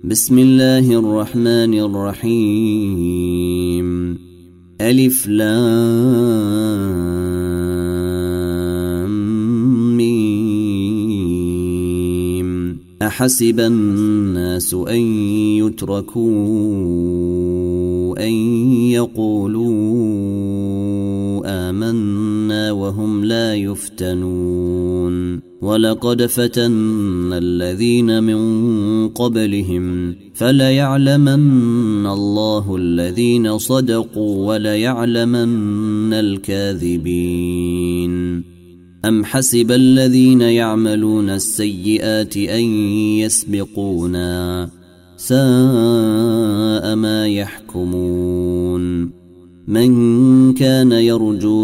بسم الله الرحمن الرحيم ألف لام ميم أحسب الناس أن يتركوا أن يقولوا آمنا وهم لا يفتنون ولقد فتنا الذين من قبلهم فليعلمن الله الذين صدقوا وليعلمن الكاذبين أم حسب الذين يعملون السيئات أن يسبقونا ساء ما يحكمون من كان يرجو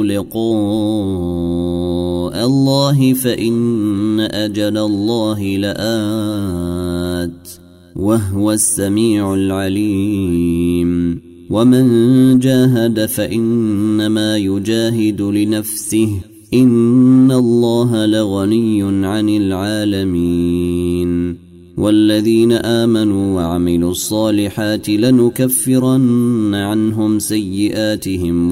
لقاء الله فإن أجل الله لآت وهو السميع العليم ومن جاهد فإنما يجاهد لنفسه إن الله لغني عن العالمين والذين آمنوا وعملوا الصالحات لنكفرن عنهم سيئاتهم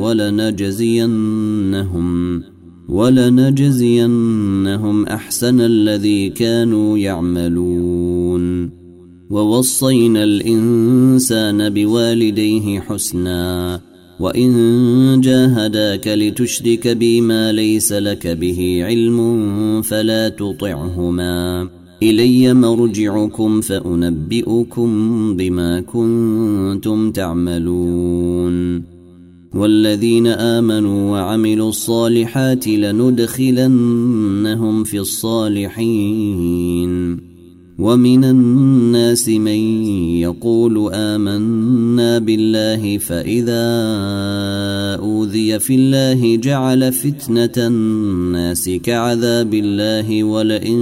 ولنجزينهم أحسن الذي كانوا يعملون ووصينا الإنسان بوالديه حسنا وإن جاهداك لتشرك بي ما ليس لك به علم فلا تطعهما إلي مرجعكم فأنبئكم بما كنتم تعملون والذين آمنوا وعملوا الصالحات لندخلنهم في الصالحين ومن الناس من يقول آمنا بالله فإذا أوذي في الله جعل فتنة الناس كعذاب الله ولئن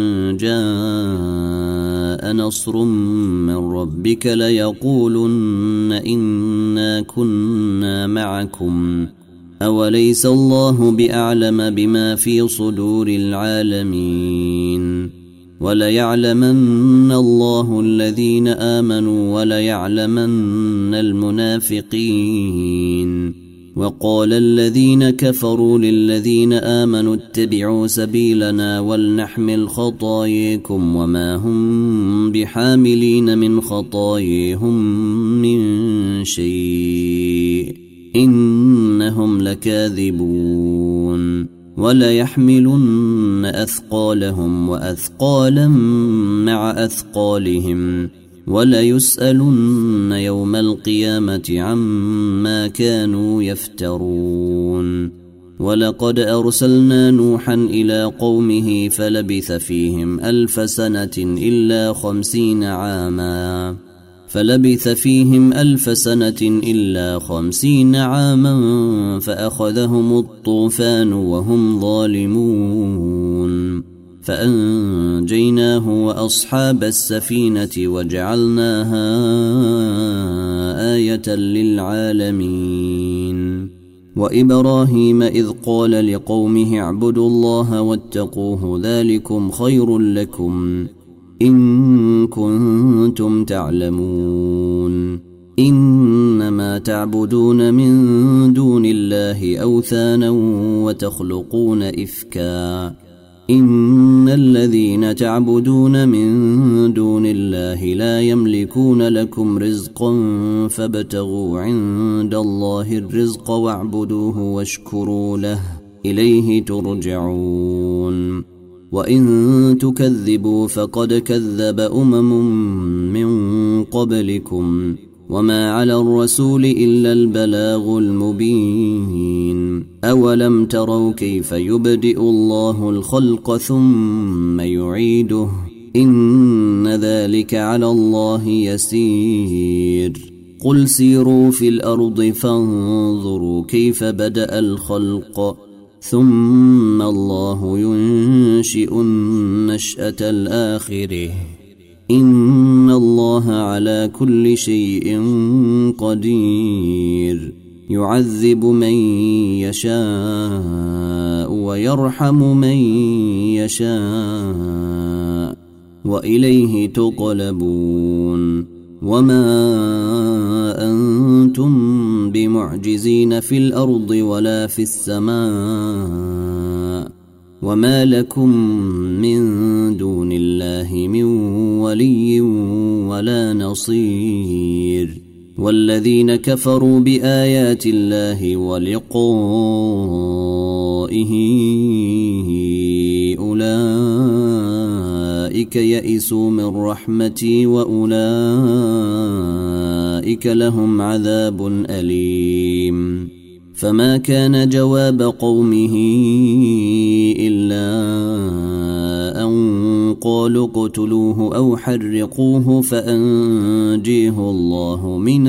جاء نصر من ربك ليقولن إنا كنا معكم أوليس الله بأعلم بما في صدور العالمين وليعلمن الله الذين آمنوا وليعلمن المنافقين وقال الذين كفروا للذين آمنوا اتبعوا سبيلنا ولنحمل خطاياكم وما هم بحاملين من خطاياهم من شيء إنهم لكاذبون وليحملن أثقالهم وأثقالا مع أثقالهم وليسألن يوم القيامة عما كانوا يفترون ولقد أرسلنا نوحا إلى قومه فلبث فيهم 1000 سنة إلا 50 عاما فأخذهم الطوفان وهم ظالمون فأنجيناه وأصحاب السفينة وجعلناها آية للعالمين وإبراهيم إذ قال لقومه اعبدوا الله واتقوه ذلكم خير لكم إن كنتم تعلمون إنما تعبدون من دون الله أوثانا وتخلقون إفكا إن الذين تعبدون من دون الله لا يملكون لكم رزقا فابتغوا عند الله الرزق واعبدوه واشكروا له إليه ترجعون وإن تكذبوا فقد كذب من قبلكم وما على الرسول إلا البلاغ المبين أولم تروا كيف يبدئ الله الخلق ثم يعيده إن ذلك على الله يسير قل سيروا في الأرض فانظروا كيف بدأ الخلق ثم الله ينشئ النشأة الآخرة إن الله على كل شيء قدير يعذب من يشاء ويرحم من يشاء وإليه تقلبون وما أنتم بمعجزين في الأرض ولا في السماء وما لكم من دون الله من ولي ولا نصير والذين كفروا بآيات الله ولقائه أولئك يئسوا من رحمتي وأولئك لهم عذاب أليم فما كان جواب قومه إلا أن قالوا اقتلوه أو حرقوه فأنجيه الله من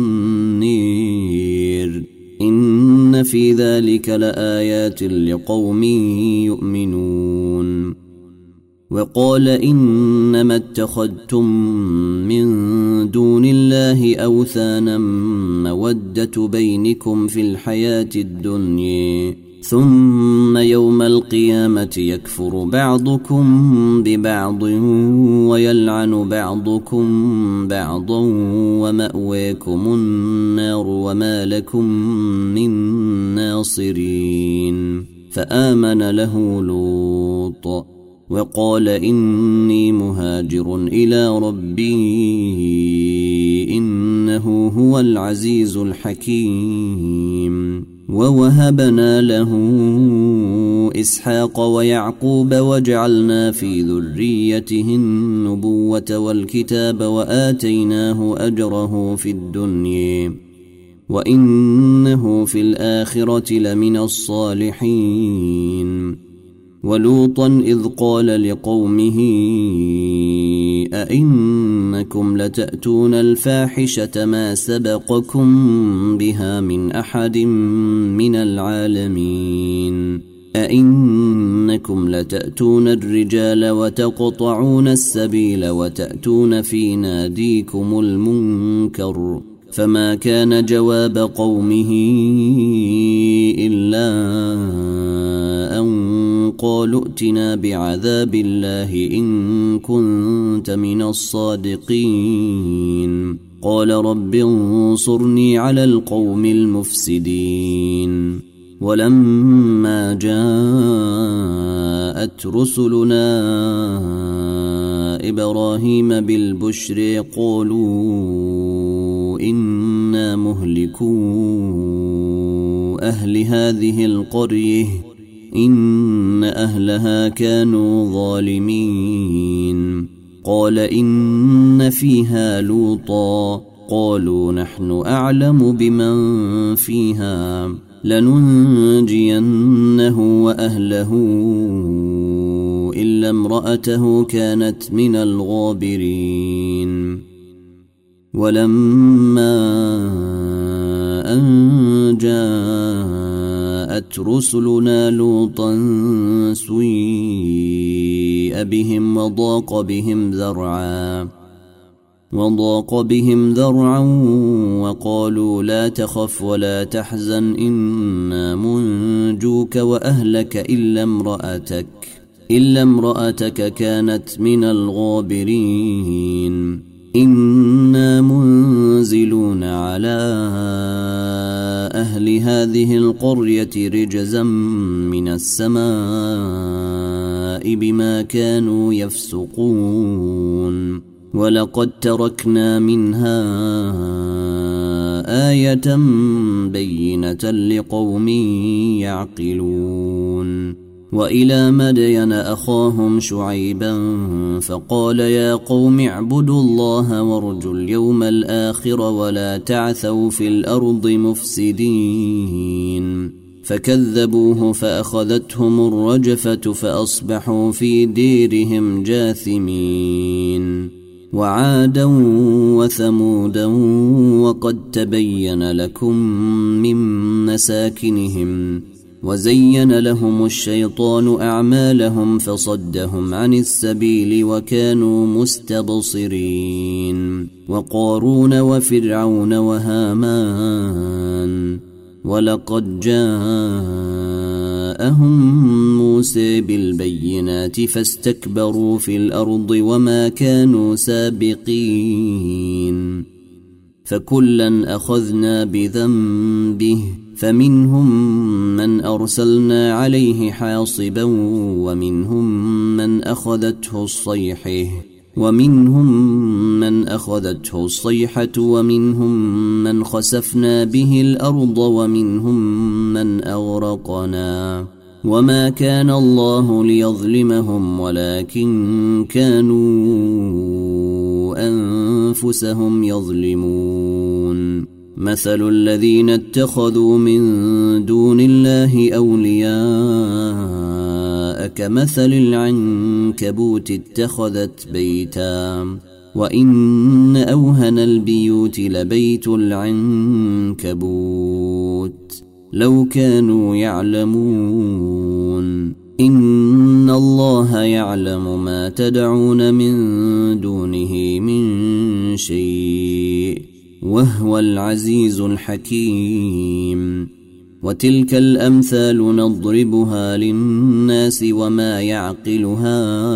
النير إن في ذلك لآيات لقوم يؤمنون وقال إنما اتخذتم من دون الله أوثانا مودة بينكم في الحياة الدنيا ثم يوم القيامة يكفر بعضكم ببعض ويلعن بعضكم بعضا ومأواكم النار وما لكم من ناصرين فآمن له لوط وقال إني مهاجر إلى ربي إنه هو العزيز الحكيم ووهبنا له إسحاق ويعقوب وجعلنا في ذريته النبوة والكتاب وآتيناه أجره في الدنيا وإنه في الآخرة لمن الصالحين ولوطا إذ قال لقومه أئنكم لتأتون الفاحشة ما سبقكم بها من أحد من العالمين أئنكم لتأتون الرجال وتقطعون السبيل وتأتون في ناديكم المنكر فما كان جواب قومه إلا أن قالوا ائتنا بعذاب الله إن كنت من الصادقين قال رب انصرني على القوم المفسدين ولما جاءت رسلنا إبراهيم بالبشر قالوا إنا مهلكو أهل هذه القرية إن أهلها كانوا ظالمين قال إن فيها لوطا قالوا نحن أعلم بمن فيها لننجينه وأهله إلا امرأته كانت من الغابرين ولما أن جاءت رسلنا لوطا سيء بهم وضاق بهم ذرعا وقالوا لا تخف ولا تحزن إنا منجوك وأهلك إلا امرأتك كانت من الغابرين إنا منزلون على أهل هذه القرية رجزا من السماء بما كانوا يفسقون ولقد تركنا منها آية بينة لقوم يعقلون وإلى مدين أخاهم شعيبا فقال يا قوم اعبدوا الله وارجوا اليوم الآخر ولا تعثوا في الأرض مفسدين فكذبوه فأخذتهم الرجفة فأصبحوا في ديرهم جاثمين وعادا وثمودا وقد تبين لكم من مساكنهم وزين لهم الشيطان أعمالهم فصدهم عن السبيل وكانوا مستبصرين وقارون وفرعون وهامان ولقد جاءهم موسى بالبينات فاستكبروا في الأرض وما كانوا سابقين فكلا أخذنا بذنبه فمنهم من أرسلنا عليه حاصبا ومنهم من أخذته الصيحة ومنهم من خسفنا به الأرض ومنهم من أغرقنا وما كان الله ليظلمهم ولكن كانوا أنفسهم يظلمون مثل الذين اتخذوا من دون الله أولياء كمثل العنكبوت اتخذت بيتا وإن أوهن البيوت لبيت العنكبوت لو كانوا يعلمون إن الله يعلم ما تدعون من دونه من شيء وهو العزيز الحكيم وتلك الأمثال نضربها للناس وما يعقلها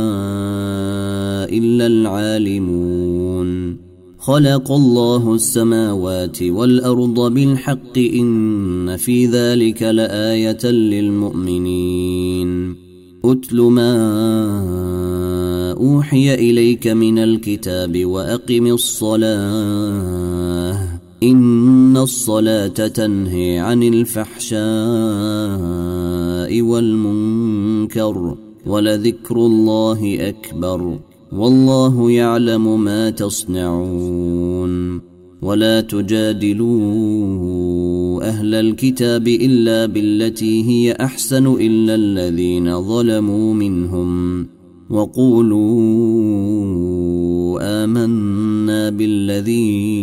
إلا العالمون خلق الله السماوات والأرض بالحق إن في ذلك لآية للمؤمنين أتل ما أوحي إليك من الكتاب وأقم الصلاة إن الصلاة تنهي عن الفحشاء والمنكر ولذكر الله أكبر والله يعلم ما تصنعون ولا تجادلوا أهل الكتاب إلا بالتي هي أحسن إلا الذين ظلموا منهم وقولوا آمنا بالذي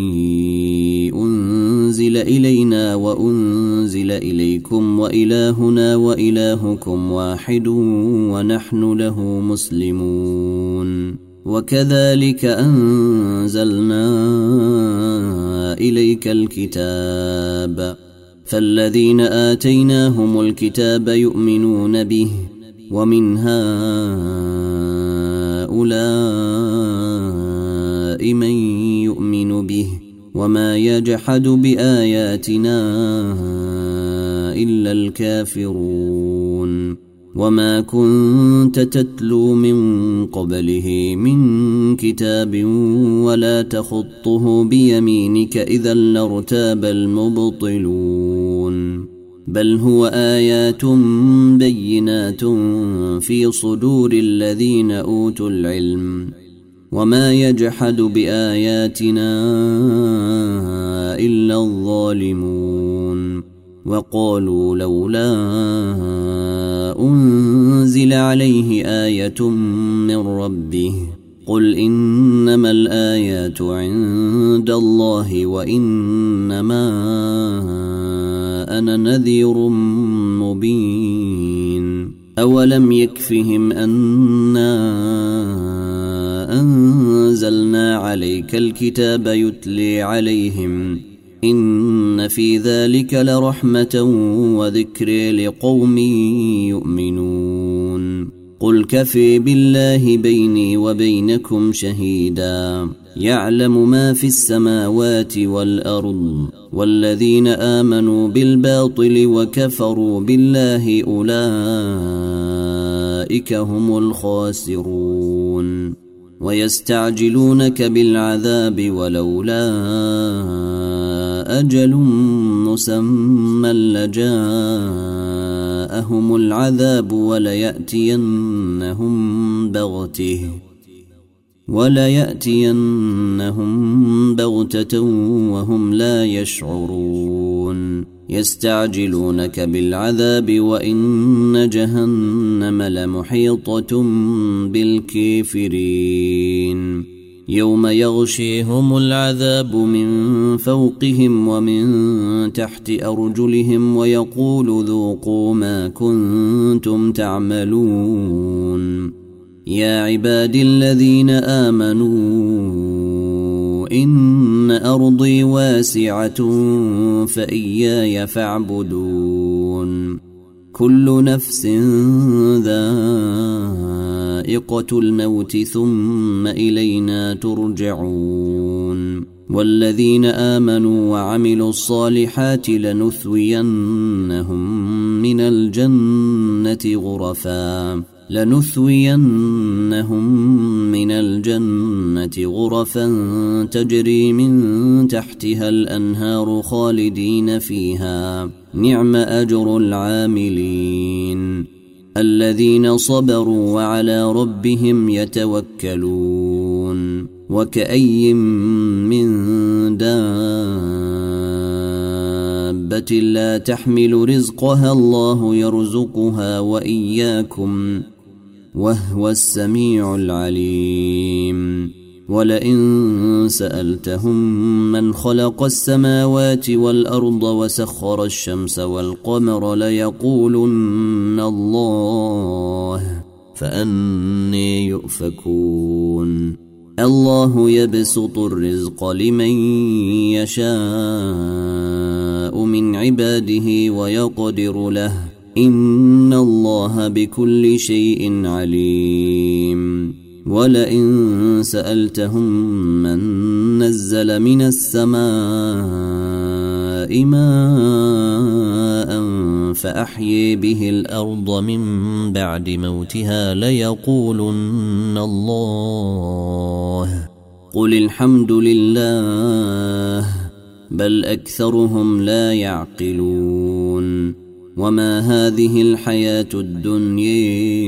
أنزل إلينا وأنزل إليكم وإلهنا وإلهكم واحد ونحن له مسلمون وكذلك أنزلنا إليك الكتاب فالذين آتيناهم الكتاب يؤمنون به ومن هؤلاء من يؤمن به وما يجحد بآياتنا إلا الكافرون وما كنت تتلو من قبله من كتاب ولا تخطه بيمينك إذا لارتاب المبطلون بل هو آيات بينات في صدور الذين أوتوا العلم وما يجحد بآياتنا إلا الظالمون وقالوا لولا أنزل عليه آية من ربه قل إنما الآيات عند الله وإنما أنا نذير مبين أولم يكفهم أنا أنزلنا عليك الكتاب يتلي عليهم إن في ذلك لرحمة وذكر لقوم يؤمنون قل كفي بالله بيني وبينكم شهيدا يعلم ما في السماوات والأرض والذين آمنوا بالباطل وكفروا بالله أولئك هم الخاسرون ويستعجلونك بالعذاب ولولا أجل مسمى لجاءهم العذاب وليأتينهم بغتة وهم لا يشعرون يستعجلونك بالعذاب وإن جهنم لمحيطة بالكافرين يوم يغشيهم العذاب من فوقهم ومن تحت أرجلهم ويقول ذوقوا ما كنتم تعملون يا عبادي الذين آمنوا إن أرضي واسعة فإياي فاعبدون كل نفس ذائقة الموت ثم إلينا ترجعون والذين آمنوا وعملوا الصالحات لنثوينهم من الجنة غرفا تجري من تحتها الأنهار خالدين فيها نعم أجر العاملين الذين صبروا وعلى ربهم يتوكلون وكأي من دابة لا تحمل رزقها الله يرزقها وإياكم وهو السميع العليم ولئن سألتهم من خلق السماوات والأرض وسخر الشمس والقمر ليقولن الله فأني يؤفكون الله يبسط الرزق لمن يشاء من عباده ويقدر له إن الله بكل شيء عليم ولئن سألتهم من نزل من السماء ماء فأحيي به الأرض من بعد موتها ليقولن الله قل الحمد لله بل أكثرهم لا يعقلون وما هذه الحياة الدنيا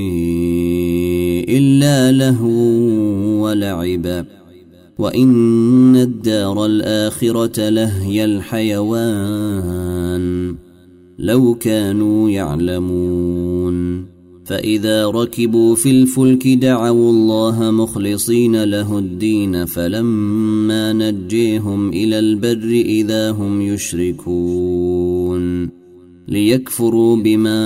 إلا لهو ولعب وإن الدار الآخرة لهي الحيوان لو كانوا يعلمون فإذا ركبوا في الفلك دعوا الله مخلصين له الدين فلما نجيهم إلى البر إذا هم يشركون ليكفروا بما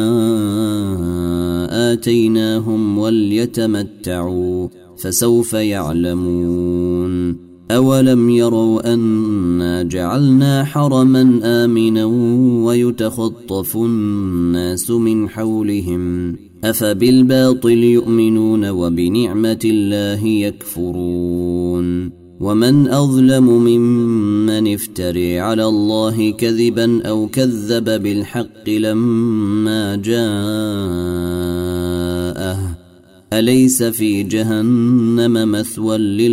آتيناهم وليتمتعوا فسوف يعلمون أولم يروا أنا جعلنا حرما آمنا ويتخطف الناس من حولهم أفبالباطل يؤمنون وبنعمة الله يكفرون ومن أظلم ممن افتري على الله كذبا أو كذب بالحق لما جاءه أليس في جهنم مثوى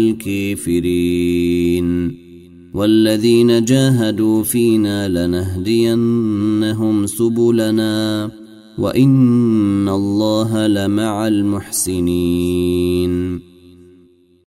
للكافرين والذين جاهدوا فينا لنهدينهم سبلنا وإن الله لمع المحسنين